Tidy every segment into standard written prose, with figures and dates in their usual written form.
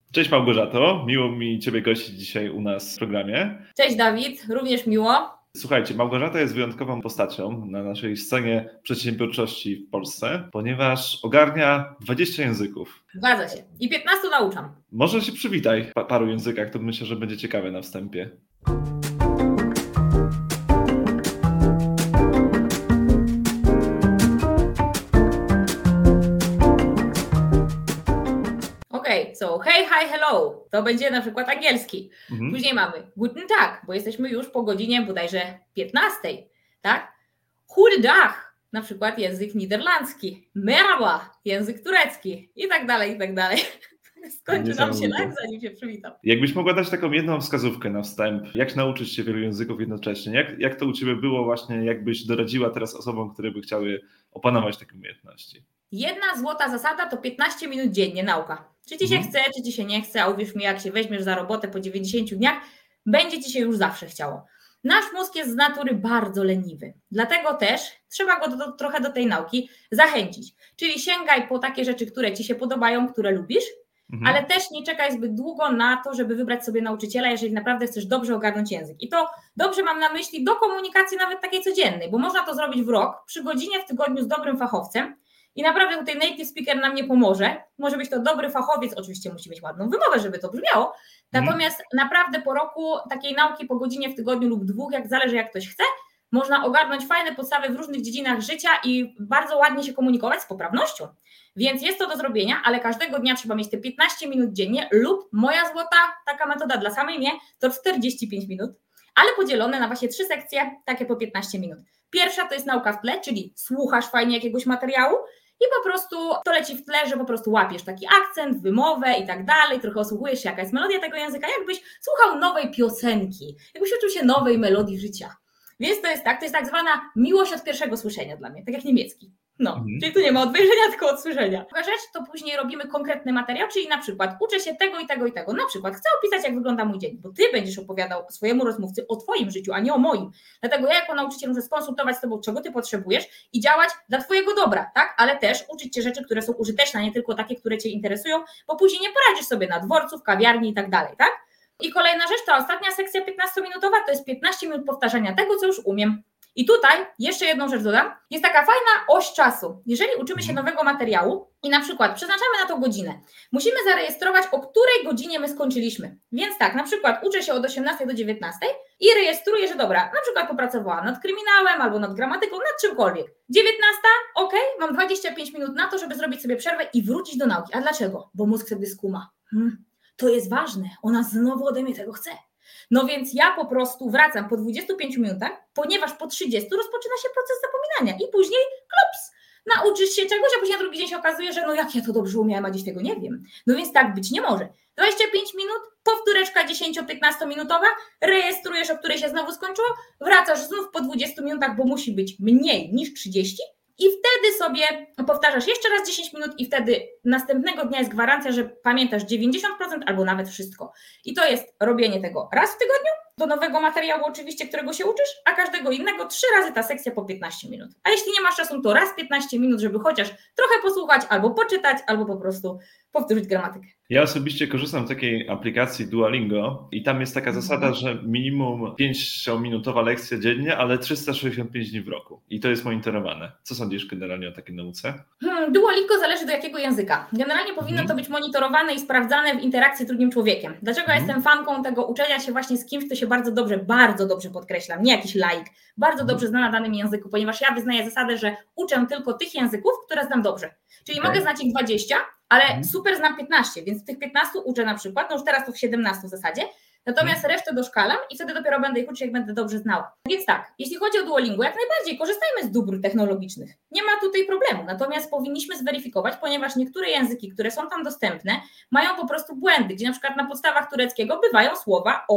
Cześć Małgorzato, miło mi Ciebie gościć dzisiaj u nas w programie. Cześć Dawid, również miło. Słuchajcie, Małgorzata jest wyjątkową postacią na naszej scenie przedsiębiorczości w Polsce, ponieważ ogarnia 20 języków. Zgadza się. I 15 nauczam. Może się przywitaj w paru językach, to myślę, że będzie ciekawe na wstępie. So hey, hi, hello. To będzie na przykład angielski. Później mamy guten Tag, bo jesteśmy już po godzinie bodajże 15, tak? Goedendag, na przykład język niderlandzki. Merhaba, język turecki i tak dalej, i tak dalej. Skończy nam się tak, zanim się przywitam. Jakbyś mogła dać taką jedną wskazówkę na wstęp, jak nauczyć się wielu języków jednocześnie? Jak to u Ciebie było właśnie, jakbyś doradziła teraz osobom, które by chciały opanować takie umiejętności? Jedna złota zasada to 15 minut dziennie nauka. Czy Ci się chce, czy Ci się nie chce, a uwierz mi, jak się weźmiesz za robotę po 90 dniach, będzie Ci się już zawsze chciało. Nasz mózg jest z natury bardzo leniwy, dlatego też trzeba go trochę do tej nauki zachęcić. Czyli sięgaj po takie rzeczy, które Ci się podobają, które lubisz, ale też nie czekaj zbyt długo na to, żeby wybrać sobie nauczyciela, jeżeli naprawdę chcesz dobrze ogarnąć język. I to dobrze mam na myśli do komunikacji nawet takiej codziennej, bo można to zrobić w rok, przy godzinie w tygodniu z dobrym fachowcem. I naprawdę tutaj native speaker nam nie pomoże. Może być to dobry fachowiec, oczywiście musi mieć ładną wymowę, żeby to brzmiało. Natomiast naprawdę po roku takiej nauki po godzinie w tygodniu lub dwóch, jak zależy jak ktoś chce, można ogarnąć fajne podstawy w różnych dziedzinach życia i bardzo ładnie się komunikować z poprawnością. Więc jest to do zrobienia, ale każdego dnia trzeba mieć te 15 minut dziennie lub moja złota taka metoda dla samej mnie to 45 minut, ale podzielone na właśnie 3 sekcje, takie po 15 minut. Pierwsza to jest nauka w tle, czyli słuchasz fajnie jakiegoś materiału i po prostu to leci w tle, że po prostu łapiesz taki akcent, wymowę i tak dalej, trochę osłuchujesz się, jaka jest melodia tego języka, jakbyś słuchał nowej piosenki, jakbyś uczył się nowej melodii życia. Więc to jest tak zwana miłość od pierwszego słyszenia dla mnie, tak jak niemiecki. Czyli tu nie ma od wejrzenia, tylko od słyszenia. Druga rzecz, to później robimy konkretny materiał, czyli na przykład uczę się tego i tego i tego. Na przykład chcę opisać, jak wygląda mój dzień, bo Ty będziesz opowiadał swojemu rozmówcy o Twoim życiu, a nie o moim. Dlatego ja jako nauczyciel muszę skonsultować z Tobą, czego Ty potrzebujesz i działać dla Twojego dobra, tak? Ale też uczyć Cię rzeczy, które są użyteczne, a nie tylko takie, które Cię interesują, bo później nie poradzisz sobie na dworcu, w kawiarni i tak dalej, tak? I kolejna rzecz, ta ostatnia sekcja 15-minutowa, to jest 15 minut powtarzania tego, co już umiem. I tutaj jeszcze jedną rzecz dodam, jest taka fajna oś czasu. Jeżeli uczymy się nowego materiału i na przykład przeznaczamy na to godzinę, musimy zarejestrować, o której godzinie my skończyliśmy. Więc tak, na przykład uczę się od 18 do 19 i rejestruję, że dobra, na przykład popracowałam nad kryminałem albo nad gramatyką, nad czymkolwiek. 19, ok, mam 25 minut na to, żeby zrobić sobie przerwę i wrócić do nauki. A dlaczego? Bo mózg wtedy skuma. To jest ważne, ona znowu ode mnie tego chce. No więc ja po prostu wracam po 25 minutach, ponieważ po 30 rozpoczyna się proces zapominania i później klops, nauczysz się czegoś, a później na drugi dzień się okazuje, że no jak ja to dobrze umiałem, a dziś tego nie wiem. No więc tak być nie może. 25 minut, powtóreczka 10-15 minutowa, rejestrujesz, o której się znowu skończyło, wracasz znów po 20 minutach, bo musi być mniej niż 30 i wtedy sobie powtarzasz jeszcze raz 10 minut i wtedy następnego dnia jest gwarancja, że pamiętasz 90% albo nawet wszystko. I to jest robienie tego raz w tygodniu, do nowego materiału oczywiście, którego się uczysz, a każdego innego 3 razy ta sekcja po 15 minut. A jeśli nie masz czasu, to raz 15 minut, żeby chociaż trochę posłuchać, albo poczytać, albo po prostu powtórzyć gramatykę. Ja osobiście korzystam z takiej aplikacji Duolingo i tam jest taka zasada, że minimum 5-minutowa lekcja dziennie, ale 365 dni w roku. I to jest monitorowane. Co sądzisz generalnie o takiej nauce? Duolingo zależy do jakiego języka. Generalnie powinno to być monitorowane i sprawdzane w interakcji z drugim człowiekiem. Dlaczego ja jestem fanką tego uczenia się właśnie z kimś, kto się bardzo dobrze podkreślam, nie jakiś laik, bardzo dobrze zna na danym języku, ponieważ ja wyznaję zasadę, że uczę tylko tych języków, które znam dobrze. Czyli mogę znać ich 20, ale super znam 15, więc w tych 15 uczę na przykład, no już teraz to w 17 w zasadzie, natomiast resztę doszkalam i wtedy dopiero będę ich uczyć, jak będę dobrze znała. Więc tak, jeśli chodzi o Duolingo, jak najbardziej korzystajmy z dóbr technologicznych. Nie ma tutaj problemu, natomiast powinniśmy zweryfikować, ponieważ niektóre języki, które są tam dostępne, mają po prostu błędy, gdzie na przykład na podstawach tureckiego bywają słowa o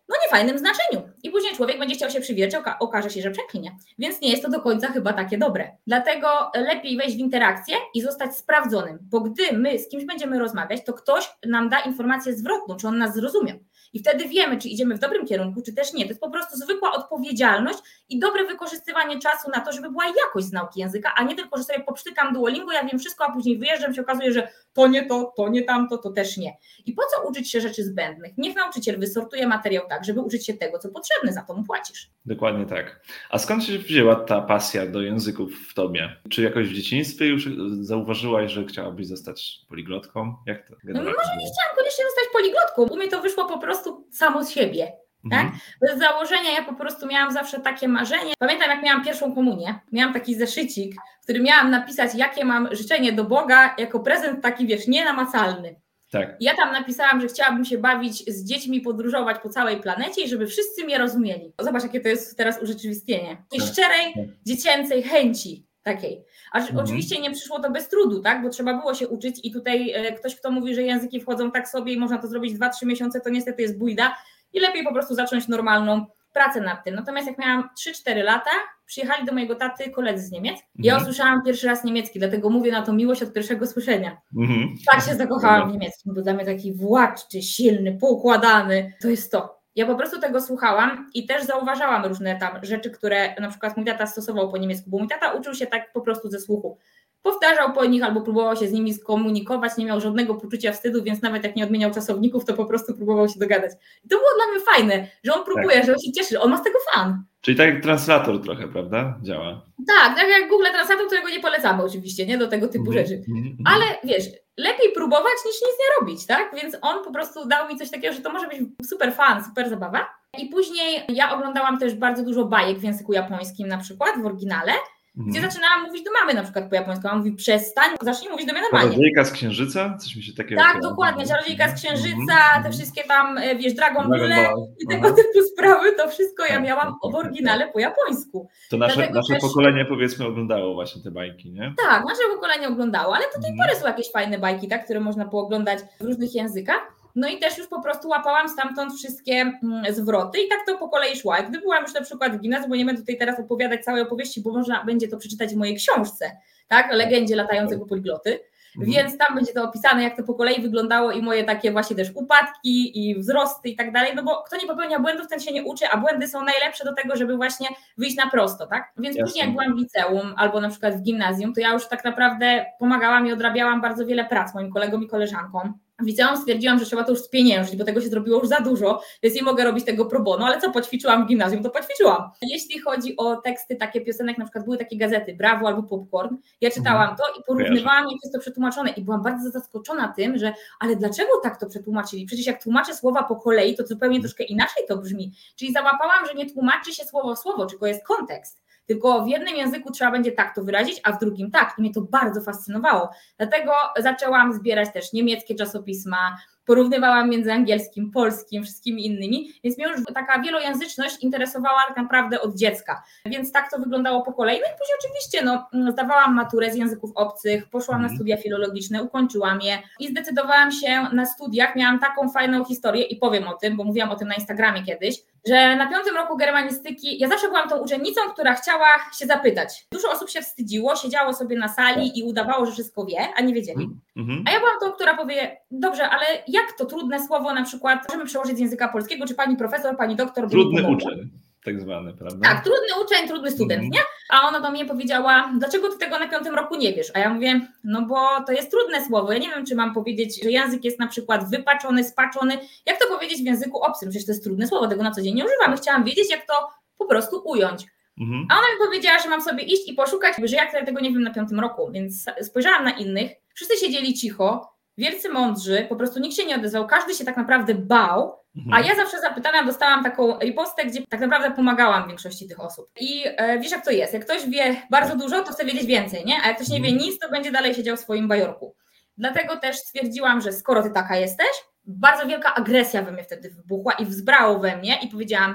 niefajnym znaczeniu. I później człowiek będzie chciał się przywiercić, okaże się, że przeklinie. Więc nie jest to do końca chyba takie dobre. Dlatego lepiej wejść w interakcję i zostać sprawdzonym, bo gdy my z kimś będziemy rozmawiać, to ktoś nam da informację zwrotną, czy on nas zrozumiał. I wtedy wiemy, czy idziemy w dobrym kierunku, czy też nie. To jest po prostu zwykła odpowiedzialność i dobre wykorzystywanie czasu na to, żeby była jakość z nauki języka, a nie tylko, że sobie popsztykam Duolingo, ja wiem wszystko, a później wyjeżdżam, się okazuje, że to nie to nie tamto, to też nie. I po co uczyć się rzeczy zbędnych? Niech nauczyciel wysortuje materiał tak, żeby uczyć się tego, co potrzebne, za to mu płacisz. Dokładnie tak. A skąd się wzięła ta pasja do języków w tobie? Czy jakoś w dzieciństwie już zauważyłaś, że chciałabyś zostać poliglotką? Jak to generalnie może nie chciałam koniecznie zostać poliglotką, u mnie to wyszło po prostu samo z siebie. Tak? Bez założenia ja po prostu miałam zawsze takie marzenie. Pamiętam, jak miałam pierwszą komunię, miałam taki zeszycik, w którym miałam napisać, jakie mam życzenie do Boga jako prezent taki, nienamacalny. Tak. I ja tam napisałam, że chciałabym się bawić z dziećmi, podróżować po całej planecie i żeby wszyscy mnie rozumieli. Zobacz, jakie to jest teraz urzeczywistnienie. Tej szczerej, dziecięcej chęci takiej. Oczywiście nie przyszło to bez trudu, tak? Bo trzeba było się uczyć i tutaj ktoś, kto mówi, że języki wchodzą tak sobie i można to zrobić 2-3 miesiące, to niestety jest bujda i lepiej po prostu zacząć normalną pracę nad tym. Natomiast jak miałam 3-4 lata, przyjechali do mojego taty koledzy z Niemiec. Ja usłyszałam pierwszy raz niemiecki, dlatego mówię na to miłość od pierwszego słyszenia. Tak się zakochałam w niemieckim, bo dla mnie taki władczy, silny, poukładany, to jest to. Ja po prostu tego słuchałam i też zauważałam różne tam rzeczy, które na przykład mój tata stosował po niemiecku, bo mój tata uczył się tak po prostu ze słuchu. Powtarzał po nich albo próbował się z nimi skomunikować, nie miał żadnego poczucia wstydu, więc nawet jak nie odmieniał czasowników, to po prostu próbował się dogadać. I to było dla mnie fajne, że on próbuje, że on się cieszy, on ma z tego fan. Czyli tak jak translator trochę, prawda? Działa. Tak jak Google Translator, którego nie polecamy oczywiście, nie do tego typu rzeczy. Ale wiesz, lepiej próbować niż nic nie robić, tak? Więc on po prostu dał mi coś takiego, że to może być super fan, super zabawa. I później ja oglądałam też bardzo dużo bajek w języku japońskim, na przykład w oryginale, gdzie zaczynałam mówić do mamy na przykład po japońsku. Mama mówi przestań, zacznij mówić do mnie normalnie. Czarodziejka z Księżyca? Coś mi się takiego... Tak, dokładnie. Czarodziejka z Księżyca, te wszystkie tam, Dragon Ball i tego typu sprawy, to wszystko ja miałam w oryginale po japońsku. To nasze pokolenie, powiedzmy, oglądało właśnie te bajki, nie? Tak, nasze pokolenie oglądało, ale do tej pory są jakieś fajne bajki, tak, które można pooglądać w różnych językach. No i też już po prostu łapałam stamtąd wszystkie zwroty i tak to po kolei szło. Jak gdy byłam już na przykład w gimnazjum, bo nie będę tutaj teraz opowiadać całej opowieści, bo można będzie to przeczytać w mojej książce, tak, legendzie latającego poligloty, więc tam będzie to opisane, jak to po kolei wyglądało i moje takie właśnie też upadki i wzrosty i tak dalej, no bo kto nie popełnia błędów, ten się nie uczy, a błędy są najlepsze do tego, żeby właśnie wyjść na prosto, tak? Więc później jak byłam w liceum albo na przykład w gimnazjum, to ja już tak naprawdę pomagałam i odrabiałam bardzo wiele prac moim kolegom i koleżankom. W liceum stwierdziłam, że trzeba to już spieniężyć, bo tego się zrobiło już za dużo, więc nie mogę robić tego pro bono, ale co poćwiczyłam w gimnazjum, to poćwiczyłam. Jeśli chodzi o teksty takie piosenek, na przykład były takie gazety Brawo albo Popcorn, ja czytałam to i porównywałam, jak jest to przetłumaczone i byłam bardzo zaskoczona tym, że ale dlaczego tak to przetłumaczyli? Przecież jak tłumaczę słowa po kolei, to zupełnie troszkę inaczej to brzmi. Czyli załapałam, że nie tłumaczy się słowo w słowo, tylko jest kontekst. Tylko w jednym języku trzeba będzie tak to wyrazić, a w drugim tak. I mnie to bardzo fascynowało. Dlatego zaczęłam zbierać też niemieckie czasopisma, porównywałam między angielskim, polskim, wszystkimi innymi, więc mnie już taka wielojęzyczność interesowała tak naprawdę od dziecka. Więc tak to wyglądało po kolei. No i później oczywiście zdawałam maturę z języków obcych, poszłam na studia filologiczne, ukończyłam je i zdecydowałam się na studiach. Miałam taką fajną historię i powiem o tym, bo mówiłam o tym na Instagramie kiedyś, że na 5. roku germanistyki ja zawsze byłam tą uczennicą, która chciała się zapytać. Dużo osób się wstydziło, siedziało sobie na sali i udawało, że wszystko wie, a nie wiedzieli. A ja byłam tą, która powie, dobrze, ale jak to trudne słowo na przykład możemy przełożyć z języka polskiego, czy pani profesor, pani doktor... Trudny uczeń, tak zwany, prawda? Tak, trudny uczeń, trudny student, nie? A ona do mnie powiedziała, dlaczego ty tego na 5. roku nie wiesz? A ja mówię, no bo to jest trudne słowo, ja nie wiem, czy mam powiedzieć, że język jest na przykład wypaczony, spaczony, jak to powiedzieć w języku obcym? Przecież to jest trudne słowo, tego na co dzień nie używamy. Chciałam wiedzieć, jak to po prostu ująć. A ona mi powiedziała, że mam sobie iść i poszukać, że ja tego nie wiem na 5. roku, więc spojrzałam na innych, wszyscy siedzieli cicho, wielcy mądrzy, po prostu nikt się nie odezwał, każdy się tak naprawdę bał, a ja zawsze zapytana dostałam taką ripostę, gdzie tak naprawdę pomagałam większości tych osób. I wiesz, jak to jest, jak ktoś wie bardzo dużo, to chce wiedzieć więcej, nie? A jak ktoś nie wie nic, to będzie dalej siedział w swoim bajorku. Dlatego też stwierdziłam, że skoro ty taka jesteś, bardzo wielka agresja we mnie wtedy wybuchła i wzbrało we mnie i powiedziałam,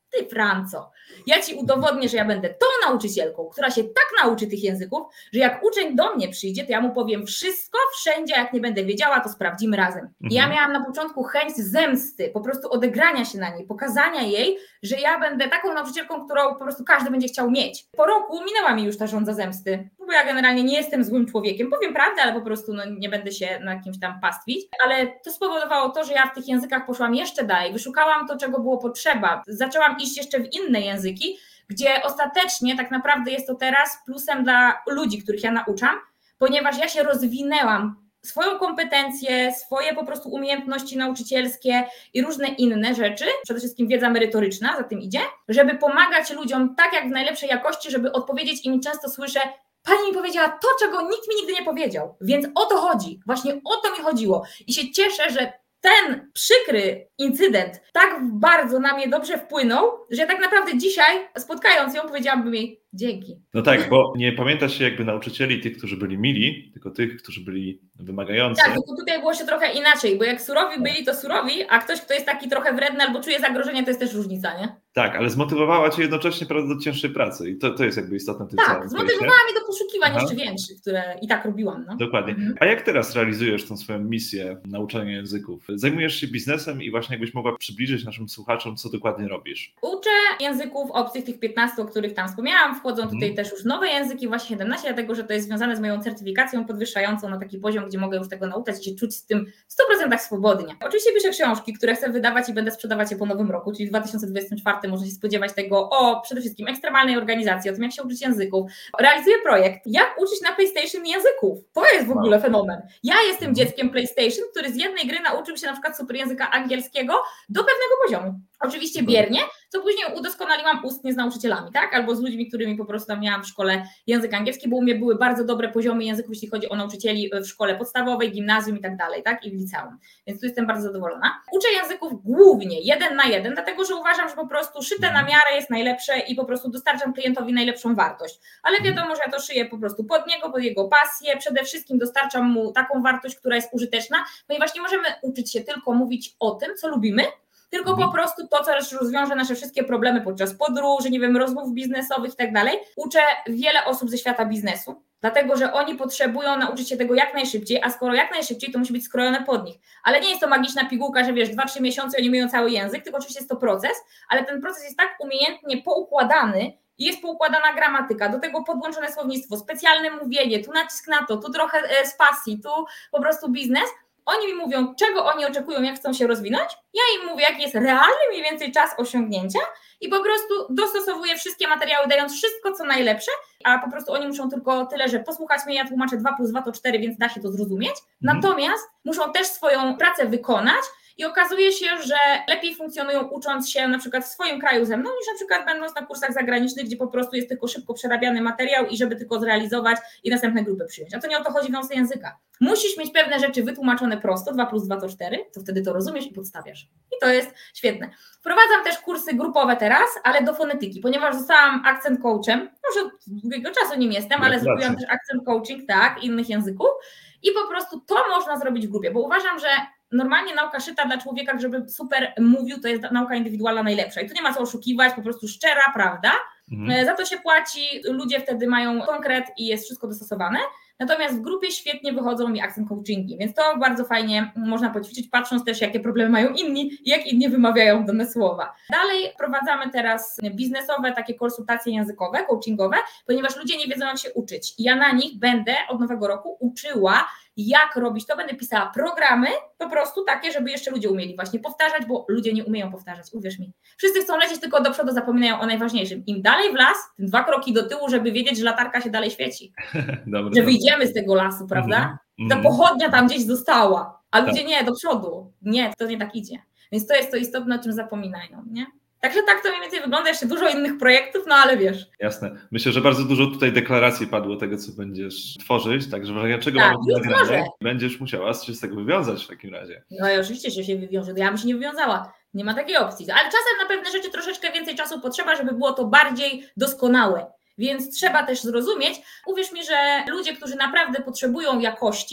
ty Franco, ja ci udowodnię, że ja będę tą nauczycielką, która się tak nauczy tych języków, że jak uczeń do mnie przyjdzie, to ja mu powiem wszystko, wszędzie, jak nie będę wiedziała, to sprawdzimy razem. I ja miałam na początku chęć zemsty, po prostu odegrania się na niej, pokazania jej, że ja będę taką nauczycielką, którą po prostu każdy będzie chciał mieć. Po roku minęła mi już ta żądza zemsty, bo ja generalnie nie jestem złym człowiekiem, powiem prawdę, ale po prostu nie będę się na kimś tam pastwić, ale to spowodowało to, że ja w tych językach poszłam jeszcze dalej, wyszukałam to, czego było potrzeba, zaczęłam iść jeszcze w inne języki, gdzie ostatecznie tak naprawdę jest to teraz plusem dla ludzi, których ja nauczam, ponieważ ja się rozwinęłam, swoją kompetencję, swoje po prostu umiejętności nauczycielskie i różne inne rzeczy, przede wszystkim wiedza merytoryczna za tym idzie, żeby pomagać ludziom tak jak w najlepszej jakości, żeby odpowiedzieć im. Często słyszę, pani mi powiedziała to, czego nikt mi nigdy nie powiedział, więc o to chodzi, właśnie o to mi chodziło i się cieszę, że ten przykry incydent tak bardzo na mnie dobrze wpłynął, że tak naprawdę dzisiaj, spotkając ją, powiedziałabym jej dzięki. No tak, bo nie pamięta się jakby nauczycieli tych, którzy byli mili, tylko tych, którzy byli wymagający. Tak, tylko tutaj było się trochę inaczej, bo jak surowi byli, to surowi, a ktoś, kto jest taki trochę wredny albo czuje zagrożenie, to jest też różnica, nie? Tak, ale zmotywowała cię jednocześnie do cięższej pracy i to jest jakby istotne w tym całym. Tak, zmotywowała mnie do poszukiwań jeszcze większych, które i tak robiłam. No. Dokładnie. A jak teraz realizujesz tą swoją misję nauczania języków? Zajmujesz się biznesem i właśnie jakbyś mogła przybliżyć naszym słuchaczom, co dokładnie robisz? Uczę języków obcych, tych 15, o których tam wspomniałam. Wchodzą tutaj też już nowe języki, właśnie 17, dlatego że to jest związane z moją certyfikacją podwyższającą na taki poziom, gdzie mogę już tego nauczać i się czuć z tym w 100% swobodnie. Oczywiście piszę książki, które chcę wydawać i będę sprzedawać je po nowym roku, czyli w 2024 można się spodziewać tego o przede wszystkim ekstremalnej organizacji, o tym, jak się uczyć języków. Realizuję projekt, jak uczyć na PlayStation języków. To jest w ogóle fenomen. Ja jestem dzieckiem PlayStation, który z jednej gry nauczył się na przykład super języka angielskiego do pewnego poziomu. Oczywiście biernie, co później udoskonaliłam ustnie z nauczycielami, tak? Albo z ludźmi, którymi po prostu tam miałam w szkole język angielski, bo u mnie były bardzo dobre poziomy języków, jeśli chodzi o nauczycieli w szkole podstawowej, gimnazjum i tak dalej, tak? I w liceum. Więc tu jestem bardzo zadowolona. Uczę języków głównie 1 na 1, dlatego że uważam, że po prostu szyte na miarę jest najlepsze i po prostu dostarczam klientowi najlepszą wartość. Ale wiadomo, że ja to szyję po prostu pod niego, pod jego pasję. Przede wszystkim dostarczam mu taką wartość, która jest użyteczna, ponieważ nie możemy uczyć się tylko mówić o tym, co lubimy, tylko po prostu to, co rozwiąże nasze wszystkie problemy podczas podróży, nie wiem, rozmów biznesowych i tak dalej. Uczę wiele osób ze świata biznesu, dlatego że oni potrzebują nauczyć się tego jak najszybciej, a skoro jak najszybciej, to musi być skrojone pod nich. Ale nie jest to magiczna pigułka, że wiesz, 2-3 miesiące oni umieją cały język, tylko oczywiście jest to proces, ale ten proces jest tak umiejętnie poukładany i jest poukładana gramatyka, do tego podłączone słownictwo, specjalne mówienie, tu nacisk na to, tu trochę z pasji, tu po prostu biznes. Oni mi mówią, czego oni oczekują, jak chcą się rozwinąć, ja im mówię, jaki jest realny mniej więcej czas osiągnięcia i po prostu dostosowuję wszystkie materiały, dając wszystko, co najlepsze, a po prostu oni muszą tylko tyle, że posłuchać mnie, ja tłumaczę 2 + 2 to 4, więc da się to zrozumieć, natomiast muszą też swoją pracę wykonać i okazuje się, że lepiej funkcjonują ucząc się na przykład w swoim kraju ze mną, niż na przykład będąc na kursach zagranicznych, gdzie po prostu jest tylko szybko przerabiany materiał i żeby tylko zrealizować i następne grupy przyjąć. A to nie o to chodzi w nauce języka. Musisz mieć pewne rzeczy wytłumaczone prosto, 2 + 2 to 4, to wtedy to rozumiesz i podstawiasz. I to jest świetne. Wprowadzam też kursy grupowe teraz, ale do fonetyki, ponieważ zostałam accent coachem, już od długiego czasu nim jestem, ale zrobiłam też accent coaching, tak, innych języków i po prostu to można zrobić w grupie, bo uważam, że normalnie nauka szyta dla człowieka, żeby super mówił, to jest nauka indywidualna najlepsza i tu nie ma co oszukiwać, po prostu szczera prawda, za to się płaci, ludzie wtedy mają konkret i jest wszystko dostosowane, natomiast w grupie świetnie wychodzą mi accent coachingi, więc to bardzo fajnie można poćwiczyć, patrząc też jakie problemy mają inni i jak inni wymawiają dane słowa. Dalej prowadzamy teraz biznesowe takie konsultacje językowe, coachingowe, ponieważ ludzie nie wiedzą jak się uczyć i ja na nich będę od nowego roku uczyła jak robić to, będę pisała programy po prostu takie, żeby jeszcze ludzie umieli właśnie powtarzać, bo ludzie nie umieją powtarzać, uwierz mi. Wszyscy chcą lecieć tylko do przodu, zapominają o najważniejszym. Im dalej w las, tym 2 kroki do tyłu, żeby wiedzieć, że latarka się dalej świeci. Że wyjdziemy z tego lasu, prawda? Ta pochodnia tam gdzieś została, a ludzie nie, do przodu. Nie, to nie tak idzie. Więc to jest to istotne, o czym zapominają, nie? Także tak to mniej więcej wygląda, jeszcze dużo innych projektów, no ale wiesz. Jasne. Myślę, że bardzo dużo tutaj deklaracji padło tego, co będziesz tworzyć, także czego mamy nagrane, będziesz musiała się z tego wywiązać w takim razie. No i oczywiście, że się wywiąże, ja bym się nie wywiązała, nie ma takiej opcji, ale czasem na pewne rzeczy troszeczkę więcej czasu potrzeba, żeby było to bardziej doskonałe, więc trzeba też zrozumieć, uwierz mi, że ludzie, którzy naprawdę potrzebują jakości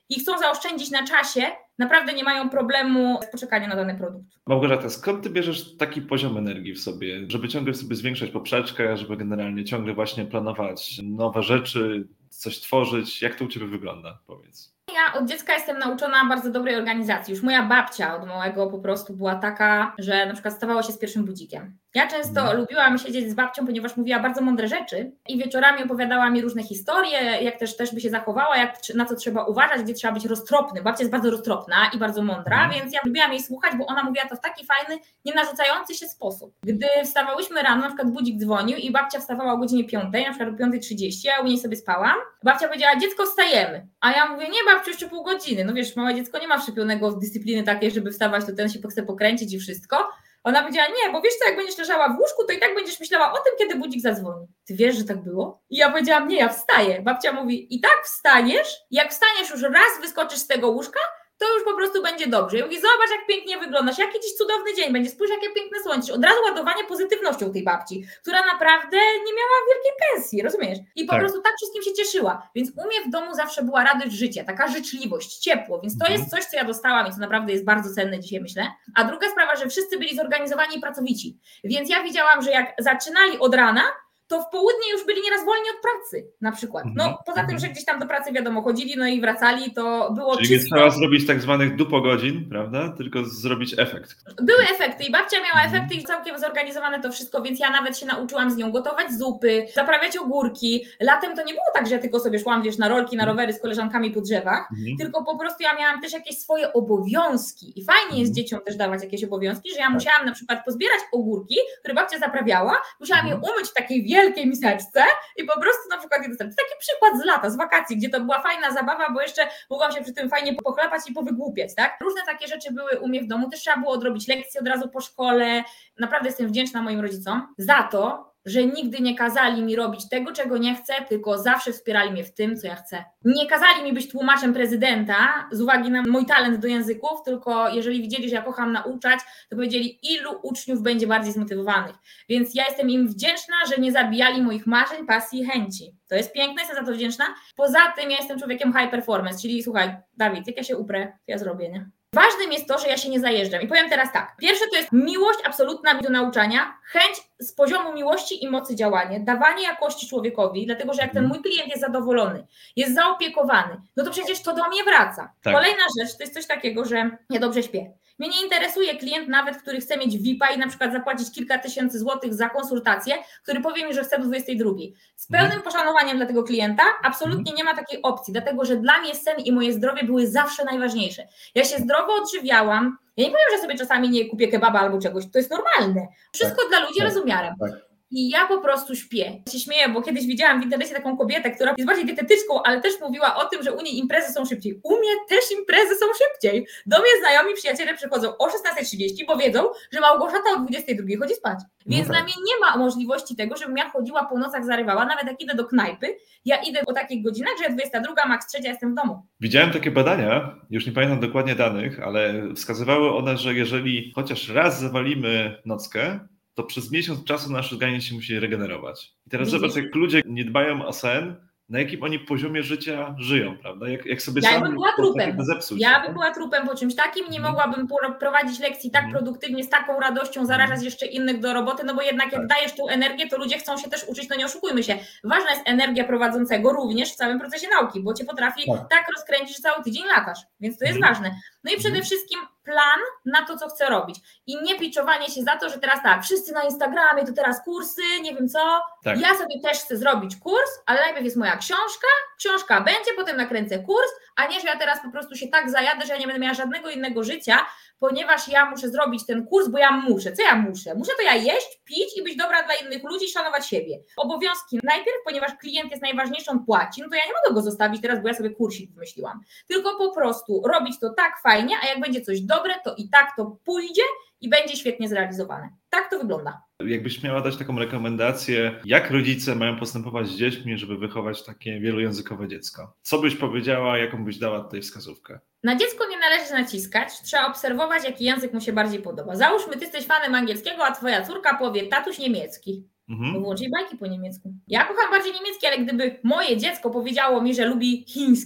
i chcą zaoszczędzić na czasie, naprawdę nie mają problemu z poczekaniem na dany produkt. Małgorzata, skąd ty bierzesz taki poziom energii w sobie, żeby ciągle sobie zwiększać poprzeczkę, żeby generalnie ciągle właśnie planować nowe rzeczy, coś tworzyć? Jak to u ciebie wygląda? Powiedz. Ja od dziecka jestem nauczona bardzo dobrej organizacji. Już moja babcia od małego po prostu była taka, że na przykład stawała się z pierwszym budzikiem. Ja często lubiłam siedzieć z babcią, ponieważ mówiła bardzo mądre rzeczy i wieczorami opowiadała mi różne historie, jak też by się zachowała, na co trzeba uważać, gdzie trzeba być roztropny. Babcia jest bardzo roztropna i bardzo mądra, więc ja lubiłam jej słuchać, bo ona mówiła to w taki fajny, nie narzucający się sposób. Gdy wstawałyśmy rano, na przykład budzik dzwonił i babcia wstawała o godzinie 5, na przykład o 5:30, ja u niej sobie spałam. Babcia powiedziała: dziecko, wstajemy. A ja mówię: nie babciu, jeszcze pół godziny. No wiesz, małe dziecko nie ma wszczepionego dyscypliny takiej, żeby wstawać, to ten się chce pokręcić i wszystko. Ona powiedziała: nie, bo wiesz co, jak będziesz leżała w łóżku, to i tak będziesz myślała o tym, kiedy budzik zadzwoni. Ty wiesz, że tak było? I ja powiedziałam: nie, ja wstaję. Babcia mówi: i tak wstaniesz, jak wstaniesz już raz, wyskoczysz z tego łóżka, to już po prostu będzie dobrze. I mówi: zobacz, jak pięknie wyglądasz, jaki dziś cudowny dzień będzie, spójrz, jakie piękne słońce. Od razu ładowanie pozytywnością tej babci, która naprawdę nie miała wielkiej pensji, rozumiesz? I po prostu tak wszystkim się cieszyła. Więc u mnie w domu zawsze była radość życia, taka życzliwość, ciepło, więc to jest coś, co ja dostałam i co naprawdę jest bardzo cenne dzisiaj, myślę. A druga sprawa, że wszyscy byli zorganizowani i pracowici. Więc ja widziałam, że jak zaczynali od rana, to w południe już byli nieraz wolni od pracy, na przykład. No poza tym, że gdzieś tam do pracy, wiadomo, chodzili, no i wracali, to było czyli czysto. nie trzeba zrobić tak zwanych dupogodzin, prawda? Tylko zrobić efekt. Były efekty i babcia miała efekty i całkiem zorganizowane to wszystko, więc ja nawet się nauczyłam z nią gotować zupy, zaprawiać ogórki. Latem to nie było tak, że ja tylko sobie szłam, wiesz, na rolki, na rowery z koleżankami po drzewach, tylko po prostu ja miałam też jakieś swoje obowiązki i fajnie jest dzieciom też dawać jakieś obowiązki, że ja musiałam na przykład pozbierać ogórki, które babcia zaprawiała, musiałam je umyć w takiej wielkiej miseczce i po prostu na przykład je dostać. To taki przykład z lata, z wakacji, gdzie to była fajna zabawa, bo jeszcze mogłam się przy tym fajnie pochlapać i powygłupiać, tak? Różne takie rzeczy były u mnie w domu, też trzeba było odrobić lekcje od razu po szkole. Naprawdę jestem wdzięczna moim rodzicom za to, że nigdy nie kazali mi robić tego, czego nie chcę, tylko zawsze wspierali mnie w tym, co ja chcę. Nie kazali mi być tłumaczem prezydenta z uwagi na mój talent do języków, tylko jeżeli widzieli, że ja kocham nauczać, to powiedzieli, ilu uczniów będzie bardziej zmotywowanych. Więc ja jestem im wdzięczna, że nie zabijali moich marzeń, pasji i chęci. To jest piękne, jestem za to wdzięczna. Poza tym ja jestem człowiekiem high performance, czyli słuchaj, Dawid, jak ja się uprę, to ja zrobię, nie? Ważnym jest to, że ja się nie zajeżdżam. I powiem teraz tak. Pierwsze to jest miłość absolutna do nauczania, chęć z poziomu miłości i mocy działania, dawanie jakości człowiekowi, dlatego że jak ten mój klient jest zadowolony, jest zaopiekowany, no to przecież to do mnie wraca. Tak. Kolejna rzecz to jest coś takiego, że ja dobrze śpię. Mnie nie interesuje klient nawet, który chce mieć VIP-a i na przykład zapłacić kilka tysięcy złotych za konsultację, który powie mi, że chce do 22. Z pełnym poszanowaniem dla tego klienta absolutnie nie ma takiej opcji, dlatego że dla mnie sen i moje zdrowie były zawsze najważniejsze. Ja się zdrowo odżywiałam, ja nie powiem, że sobie czasami nie kupię kebaba albo czegoś, to jest normalne. Wszystko dla ludzi rozumiarem. I ja po prostu śpię. Ja się śmieję, bo kiedyś widziałam w internecie taką kobietę, która jest bardziej dietetyczką, ale też mówiła o tym, że u niej imprezy są szybciej. U mnie też imprezy są szybciej. Do mnie znajomi przyjaciele przychodzą o 16:30, bo wiedzą, że Małgorzata o 22:00 chodzi spać. Więc dla mnie nie ma możliwości tego, żebym ja chodziła po nocach, zarywała. Nawet jak idę do knajpy, ja idę o takich godzinach, że 22:00, max 3:00 jestem w domu. Widziałem takie badania, już nie pamiętam dokładnie danych, ale wskazywały one, że jeżeli chociaż raz zawalimy nockę, to przez miesiąc czasu nasz organizm się musi regenerować. I teraz zobacz, jak ludzie nie dbają o sen, na jakim oni poziomie życia żyją, prawda? Jak sobie ja bym była trupem. Zepsuć. Ja bym była trupem po czymś takim, nie mogłabym prowadzić lekcji tak produktywnie, z taką radością, zarażać jeszcze innych do roboty, no bo jednak jak dajesz tą energię, to ludzie chcą się też uczyć, no nie oszukujmy się. Ważna jest energia prowadzącego również w całym procesie nauki, bo cię potrafi tak rozkręcić, że cały tydzień latasz, więc to jest ważne. No i przede wszystkim plan na to, co chcę robić i nie piczowanie się za to, że teraz tak, wszyscy na Instagramie, to teraz kursy, nie wiem co. Ja sobie też chcę zrobić kurs, ale najpierw jest moja książka będzie, potem nakręcę kurs, a nie, że ja teraz po prostu się tak zajadę, że ja nie będę miała żadnego innego życia, ponieważ ja muszę zrobić ten kurs, bo ja muszę. Co ja muszę? Muszę to ja jeść, pić i być dobra dla innych ludzi, szanować siebie. Obowiązki najpierw, ponieważ klient jest najważniejszy, on płaci, no to ja nie mogę go zostawić teraz, bo ja sobie kursik wymyśliłam. Tylko po prostu robić to tak fajnie, a jak będzie coś dobre, to i tak to pójdzie i będzie świetnie zrealizowane. Tak to wygląda. Jakbyś miała dać taką rekomendację, jak rodzice mają postępować z dziećmi, żeby wychować takie wielojęzykowe dziecko? Co byś powiedziała, jaką byś dała tutaj wskazówkę? Na dziecko nie należy naciskać, trzeba obserwować, jaki język mu się bardziej podoba. Załóżmy, ty jesteś fanem angielskiego, a twoja córka powie, tatuś niemiecki. No włącz jej bajki po niemiecku. Ja kocham bardziej niemiecki, ale gdyby moje dziecko powiedziało mi, że lubi chiński,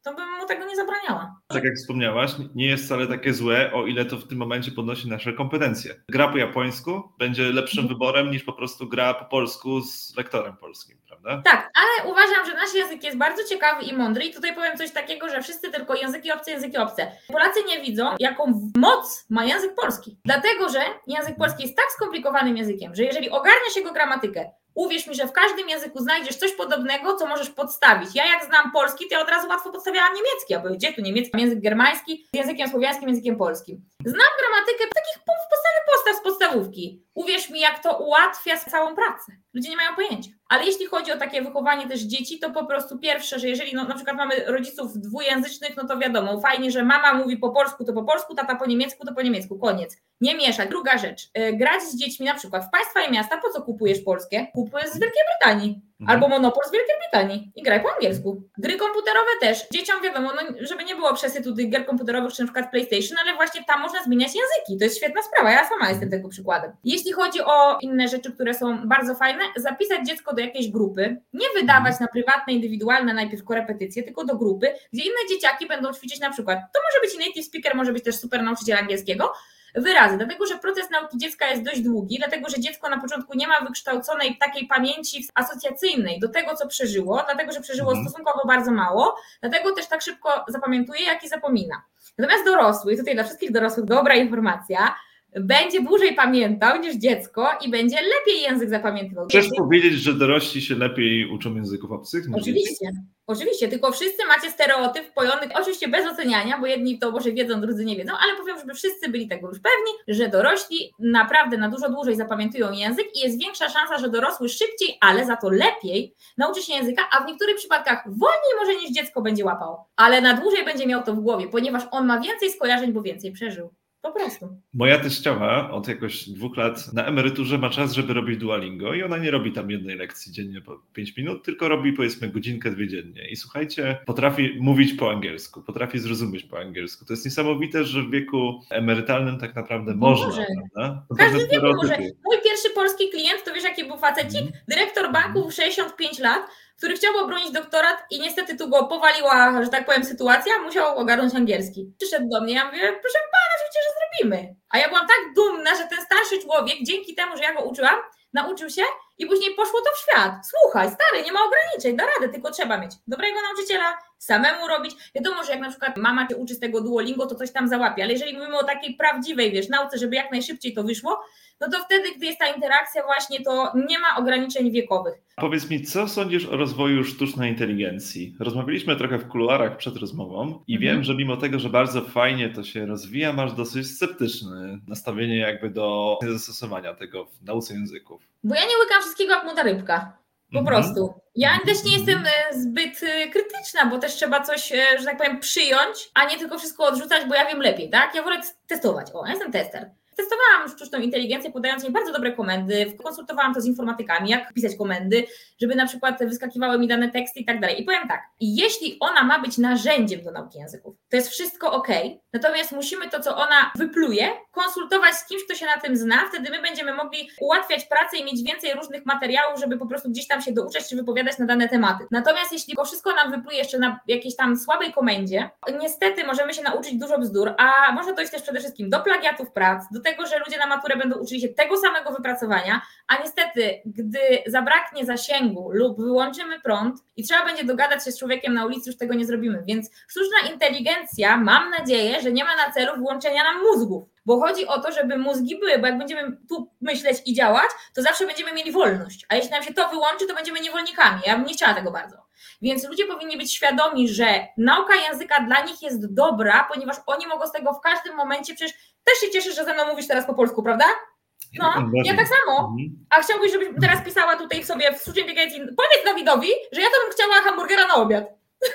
to bym mu tego nie zabraniała. Tak jak wspomniałaś, nie jest wcale takie złe, o ile to w tym momencie podnosi nasze kompetencje. Gra po japońsku będzie lepszym wyborem niż po prostu gra po polsku z lektorem polskim, prawda? Tak, ale uważam, że nasz język jest bardzo ciekawy i mądry i tutaj powiem coś takiego, że wszyscy tylko języki obce. Polacy nie widzą, jaką moc ma język polski. Dlatego, że język polski jest tak skomplikowanym językiem, że jeżeli ogarniasz jego gramatykę, uwierz mi, że w każdym języku znajdziesz coś podobnego, co możesz podstawić. Ja jak znam polski, to ja od razu łatwo podstawiałam niemiecki, albo gdzie tu niemiecki, język germański, z językiem słowiańskim, językiem polskim. Znam gramatykę takich postaw z podstawówki. Uwierz mi, jak to ułatwia całą pracę. Ludzie nie mają pojęcia. Ale jeśli chodzi o takie wychowanie też dzieci, to po prostu pierwsze, że jeżeli na przykład mamy rodziców dwujęzycznych, no to wiadomo, fajnie, że mama mówi po polsku, to po polsku, tata po niemiecku, to po niemiecku, koniec. Nie mieszać. Druga rzecz, grać z dziećmi na przykład w państwa i miasta, po co kupujesz polskie? Kupuj z Wielkiej Brytanii. Albo Monopol z Wielkiej Brytanii i graj po angielsku. Gry komputerowe też. Dzieciom wiadomo, żeby nie było przesytu tych gier komputerowych, czy na przykład PlayStation, ale właśnie tam można zmieniać języki. To jest świetna sprawa, ja sama jestem tego przykładem. Jeśli chodzi o inne rzeczy, które są bardzo fajne, zapisać dziecko do jakiejś grupy, nie wydawać na prywatne, indywidualne najpierw korepetycje, tylko do grupy, gdzie inne dzieciaki będą ćwiczyć na przykład, to może być i native speaker, może być też super nauczyciel angielskiego, wyrazy, dlatego że proces nauki dziecka jest dość długi, dlatego że dziecko na początku nie ma wykształconej takiej pamięci asocjacyjnej do tego, co przeżyło, dlatego że przeżyło stosunkowo bardzo mało, dlatego też tak szybko zapamiętuje, jak i zapomina. Natomiast dorosły, i tutaj dla wszystkich dorosłych dobra informacja, będzie dłużej pamiętał niż dziecko i będzie lepiej język zapamiętywał. Chcesz powiedzieć, że dorośli się lepiej uczą języków obcych? Oczywiście, tylko wszyscy macie stereotyp wpojony, oczywiście bez oceniania, bo jedni to może wiedzą, drudzy nie wiedzą, ale powiem, żeby wszyscy byli tego już pewni, że dorośli naprawdę na dużo dłużej zapamiętują język i jest większa szansa, że dorosły szybciej, ale za to lepiej nauczy się języka, a w niektórych przypadkach wolniej może niż dziecko będzie łapał, ale na dłużej będzie miał to w głowie, ponieważ on ma więcej skojarzeń, bo więcej przeżył. Po prostu. Moja teściowa od jakoś 2 lat na emeryturze ma czas, żeby robić Duolingo i ona nie robi tam jednej lekcji dziennie po 5 minut, tylko robi powiedzmy godzinkę, 2 dziennie. I słuchajcie, potrafi mówić po angielsku, potrafi zrozumieć po angielsku. To jest niesamowite, że w wieku emerytalnym tak naprawdę można. Prawda? W każdym wieku może. Mój pierwszy polski klient, to wiesz jaki był facecik? Dyrektor banku, 65 lat, który chciał obronić doktorat i niestety tu go powaliła, że tak powiem, sytuacja, musiał ogarnąć angielski. Przyszedł do mnie, ja mówię, proszę pana, oczywiście, że zrobimy. A ja byłam tak dumna, że ten starszy człowiek, dzięki temu, że ja go uczyłam, nauczył się i później poszło to w świat. Słuchaj, stary, nie ma ograniczeń, da radę, tylko trzeba mieć dobrego nauczyciela, samemu robić. Wiadomo, że jak na przykład mama cię uczy z tego Duolingo, to coś tam załapie, ale jeżeli mówimy o takiej prawdziwej, nauce, żeby jak najszybciej to wyszło, no to wtedy, gdy jest ta interakcja właśnie, to nie ma ograniczeń wiekowych. Powiedz mi, co sądzisz o rozwoju sztucznej inteligencji? Rozmawialiśmy trochę w kuluarach przed rozmową i wiem, że mimo tego, że bardzo fajnie to się rozwija, masz dosyć sceptyczne nastawienie jakby do zastosowania tego w nauce języków. Bo ja nie łykam wszystkiego jak młoda rybka. Po prostu. Ja też nie jestem zbyt krytyczna, bo też trzeba coś, że tak powiem, przyjąć, a nie tylko wszystko odrzucać, bo ja wiem lepiej, tak? Ja wolę testować. Ja jestem tester. Testowałam sztuczną inteligencję, podając jej bardzo dobre komendy, konsultowałam to z informatykami, jak pisać komendy, żeby na przykład wyskakiwały mi dane teksty i tak dalej. I powiem tak, jeśli ona ma być narzędziem do nauki języków, to jest wszystko ok, natomiast musimy to, co ona wypluje, konsultować z kimś, kto się na tym zna, wtedy my będziemy mogli ułatwiać pracę i mieć więcej różnych materiałów, żeby po prostu gdzieś tam się douczać czy wypowiadać na dane tematy. Natomiast jeśli to wszystko nam wypluje jeszcze na jakiejś tam słabej komendzie, niestety możemy się nauczyć dużo bzdur, a może dojść też przede wszystkim do plagiatów prac, do tego, że ludzie na maturę będą uczyli się tego samego wypracowania, a niestety, gdy zabraknie zasięgu lub wyłączymy prąd i trzeba będzie dogadać się z człowiekiem na ulicy, już tego nie zrobimy. Więc sztuczna inteligencja, mam nadzieję, że nie ma na celu wyłączenia nam mózgów, bo chodzi o to, żeby mózgi były, bo jak będziemy tu myśleć i działać, to zawsze będziemy mieli wolność, a jeśli nam się to wyłączy, to będziemy niewolnikami. Ja bym nie chciała tego bardzo. Więc ludzie powinni być świadomi, że nauka języka dla nich jest dobra, ponieważ oni mogą z tego w każdym momencie, przecież też się cieszę, że ze mną mówisz teraz po polsku, prawda? No, ja tak samo. A chciałbyś, żebyś teraz pisała tutaj w sobie w sztucznej inteligencji, powiedz Dawidowi, że ja to bym chciała hamburgera na obiad.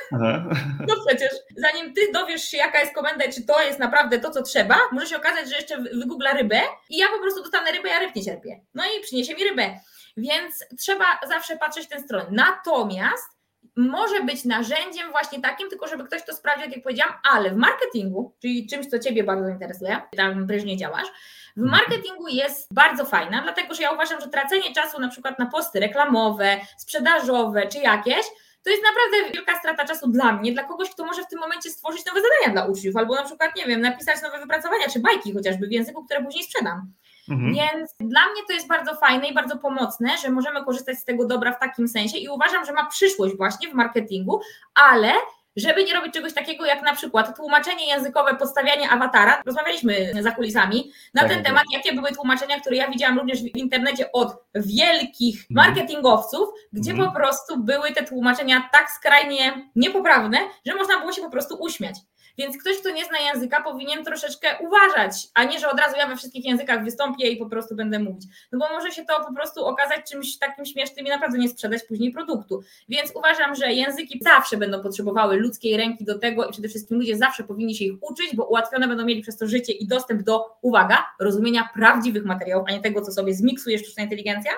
No przecież, zanim ty dowiesz się, jaka jest komenda i czy to jest naprawdę to, co trzeba, może się okazać, że jeszcze wygoogla rybę i ja po prostu dostanę rybę, ja ryb nie cierpię. No i przyniesie mi rybę. Więc trzeba zawsze patrzeć w tę stronę. Natomiast może być narzędziem właśnie takim, tylko żeby ktoś to sprawdził, jak powiedziałam, ale w marketingu, czyli czymś, co ciebie bardzo interesuje, tam prężnie działasz, w marketingu jest bardzo fajna, dlatego że ja uważam, że tracenie czasu na przykład na posty reklamowe, sprzedażowe czy jakieś, to jest naprawdę wielka strata czasu dla mnie, dla kogoś, kto może w tym momencie stworzyć nowe zadania dla uczniów, albo na przykład, nie wiem, napisać nowe wypracowania, czy bajki chociażby w języku, które później sprzedam. Więc dla mnie to jest bardzo fajne i bardzo pomocne, że możemy korzystać z tego dobra w takim sensie i uważam, że ma przyszłość właśnie w marketingu, ale żeby nie robić czegoś takiego jak na przykład tłumaczenie językowe, podstawianie awatara. Rozmawialiśmy za kulisami na ten temat, jakie były tłumaczenia, które ja widziałam również w internecie od wielkich marketingowców, gdzie po prostu były te tłumaczenia tak skrajnie niepoprawne, że można było się po prostu uśmiać. Więc ktoś, kto nie zna języka, powinien troszeczkę uważać, a nie, że od razu ja we wszystkich językach wystąpię i po prostu będę mówić. No bo może się to po prostu okazać czymś takim śmiesznym i naprawdę nie sprzedać później produktu. Więc uważam, że języki zawsze będą potrzebowały ludzkiej ręki do tego i przede wszystkim ludzie zawsze powinni się ich uczyć, bo ułatwione będą mieli przez to życie i dostęp do, uwaga, rozumienia prawdziwych materiałów, a nie tego, co sobie zmiksuje sztuczna inteligencja.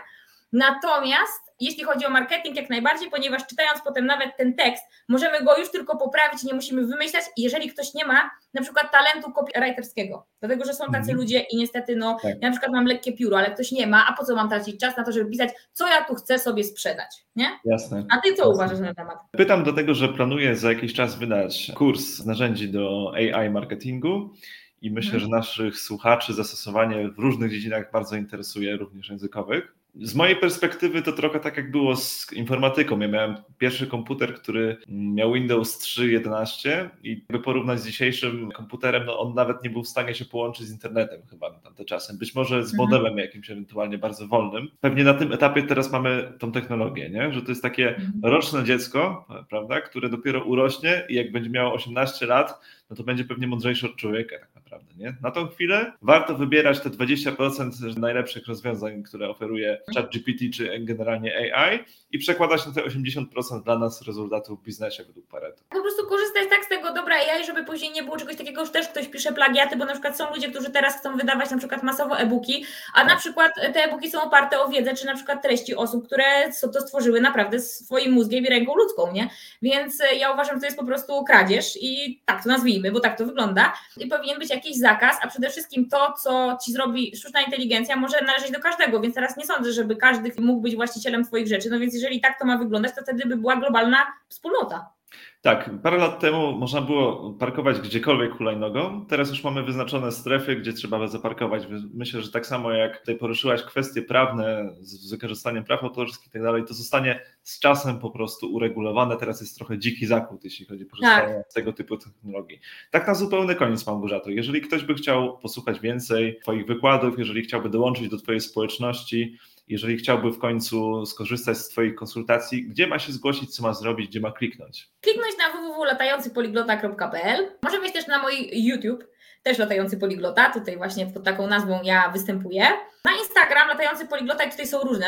Natomiast jeśli chodzi o marketing, jak najbardziej, ponieważ czytając potem nawet ten tekst, możemy go już tylko poprawić, nie musimy wymyślać, jeżeli ktoś nie ma na przykład talentu copywriterskiego, dlatego że są tacy ludzie i niestety ja na przykład mam lekkie pióro, ale ktoś nie ma, a po co mam tracić czas na to, żeby pisać, co ja tu chcę sobie sprzedać, nie? Jasne. A ty co uważasz na temat? Pytam do tego, że planuję za jakiś czas wydać kurs narzędzi do AI marketingu i myślę, że naszych słuchaczy zastosowanie w różnych dziedzinach bardzo interesuje, również językowych. Z mojej perspektywy to trochę tak jak było z informatyką. Ja miałem pierwszy komputer, który miał Windows 3.11 i by porównać z dzisiejszym komputerem, no on nawet nie był w stanie się połączyć z internetem chyba na tamte czasy. Być może z modemem jakimś ewentualnie bardzo wolnym. Pewnie na tym etapie teraz mamy tą technologię, nie? Że to jest takie roczne dziecko, prawda, które dopiero urośnie i jak będzie miało 18 lat, no to będzie pewnie mądrzejsze od człowieka tak naprawdę, nie? Na tą chwilę warto wybierać te 20% najlepszych rozwiązań, które oferuje ChatGPT czy generalnie AI i przekładać na te 80% dla nas rezultatów w biznesie według Pareto. Po prostu korzystać tak z tego dobra AI, żeby później nie było czegoś takiego, że też ktoś pisze plagiaty, bo na przykład są ludzie, którzy teraz chcą wydawać na przykład masowo e-booki, a na przykład te e-booki są oparte o wiedzę, czy na przykład treści osób, które to stworzyły naprawdę swoim mózgiem i ręką ludzką, nie? Więc ja uważam, że to jest po prostu kradzież i tak to nazwijmy, bo tak to wygląda i powinien być jakiś zakaz, a przede wszystkim to, co ci zrobi sztuczna inteligencja, może należeć do każdego, więc teraz nie sądzę, żeby każdy mógł być właścicielem twoich rzeczy, no więc jeżeli tak to ma wyglądać, to wtedy by była globalna wspólnota. Tak, parę lat temu można było parkować gdziekolwiek hulajnogą, teraz już mamy wyznaczone strefy, gdzie trzeba zaparkować. Myślę, że tak samo jak tutaj poruszyłaś kwestie prawne z wykorzystaniem praw autorskich i tak dalej, to zostanie z czasem po prostu uregulowane. Teraz jest trochę dziki zachód, jeśli chodzi o korzystanie z tego typu technologii. Tak na zupełny koniec, Małgorzato, jeżeli ktoś by chciał posłuchać więcej twoich wykładów, jeżeli chciałby dołączyć do twojej społeczności, jeżeli chciałby w końcu skorzystać z twoich konsultacji, gdzie ma się zgłosić, co ma zrobić, gdzie ma kliknąć? Kliknąć na www.latającypoliglota.pl. Może wejść też na mój YouTube, też Latający Poliglota, tutaj właśnie pod taką nazwą ja występuję. Na Instagram Latający Poliglota i tutaj są różne.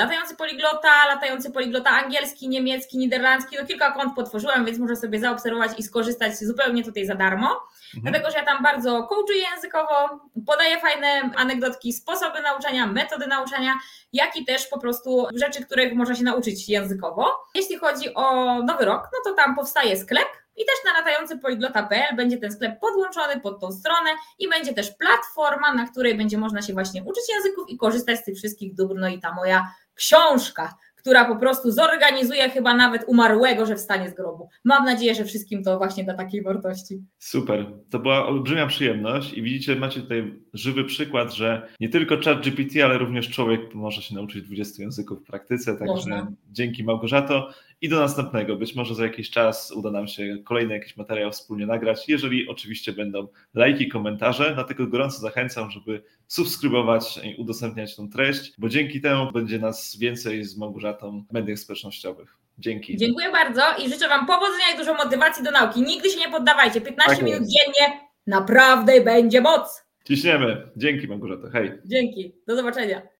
Latający Poliglota angielski, niemiecki, niderlandzki, no kilka kont potworzyłam, więc można sobie zaobserwować i skorzystać zupełnie tutaj za darmo. Dlatego, że ja tam bardzo coachuję językowo, podaję fajne anegdotki, sposoby nauczania, metody nauczania, jak i też po prostu rzeczy, których można się nauczyć językowo. Jeśli chodzi o Nowy Rok, no to tam powstaje sklep i też na latającypoliglota.pl będzie ten sklep podłączony pod tą stronę i będzie też platforma, na której będzie można się właśnie uczyć języków i korzystać z tych wszystkich dóbr. No i ta moja książka, która po prostu zorganizuje chyba nawet umarłego, że wstanie z grobu. Mam nadzieję, że wszystkim to właśnie da takiej wartości. Super, to była olbrzymia przyjemność i widzicie, macie tutaj żywy przykład, że nie tylko ChatGPT, ale również człowiek może się nauczyć 20 języków w praktyce, także dzięki Małgorzato i do następnego. Być może za jakiś czas uda nam się kolejny jakiś materiał wspólnie nagrać, jeżeli oczywiście będą lajki, komentarze, dlatego gorąco zachęcam, żeby subskrybować i udostępniać tą treść, bo dzięki temu będzie nas więcej z Małgorzatą w mediach społecznościowych. Dzięki. Dziękuję bardzo i życzę wam powodzenia i dużo motywacji do nauki. Nigdy się nie poddawajcie. 15 minut dziennie, naprawdę będzie moc. Ciśniemy. Dzięki Małgorzato. Hej. Dzięki. Do zobaczenia.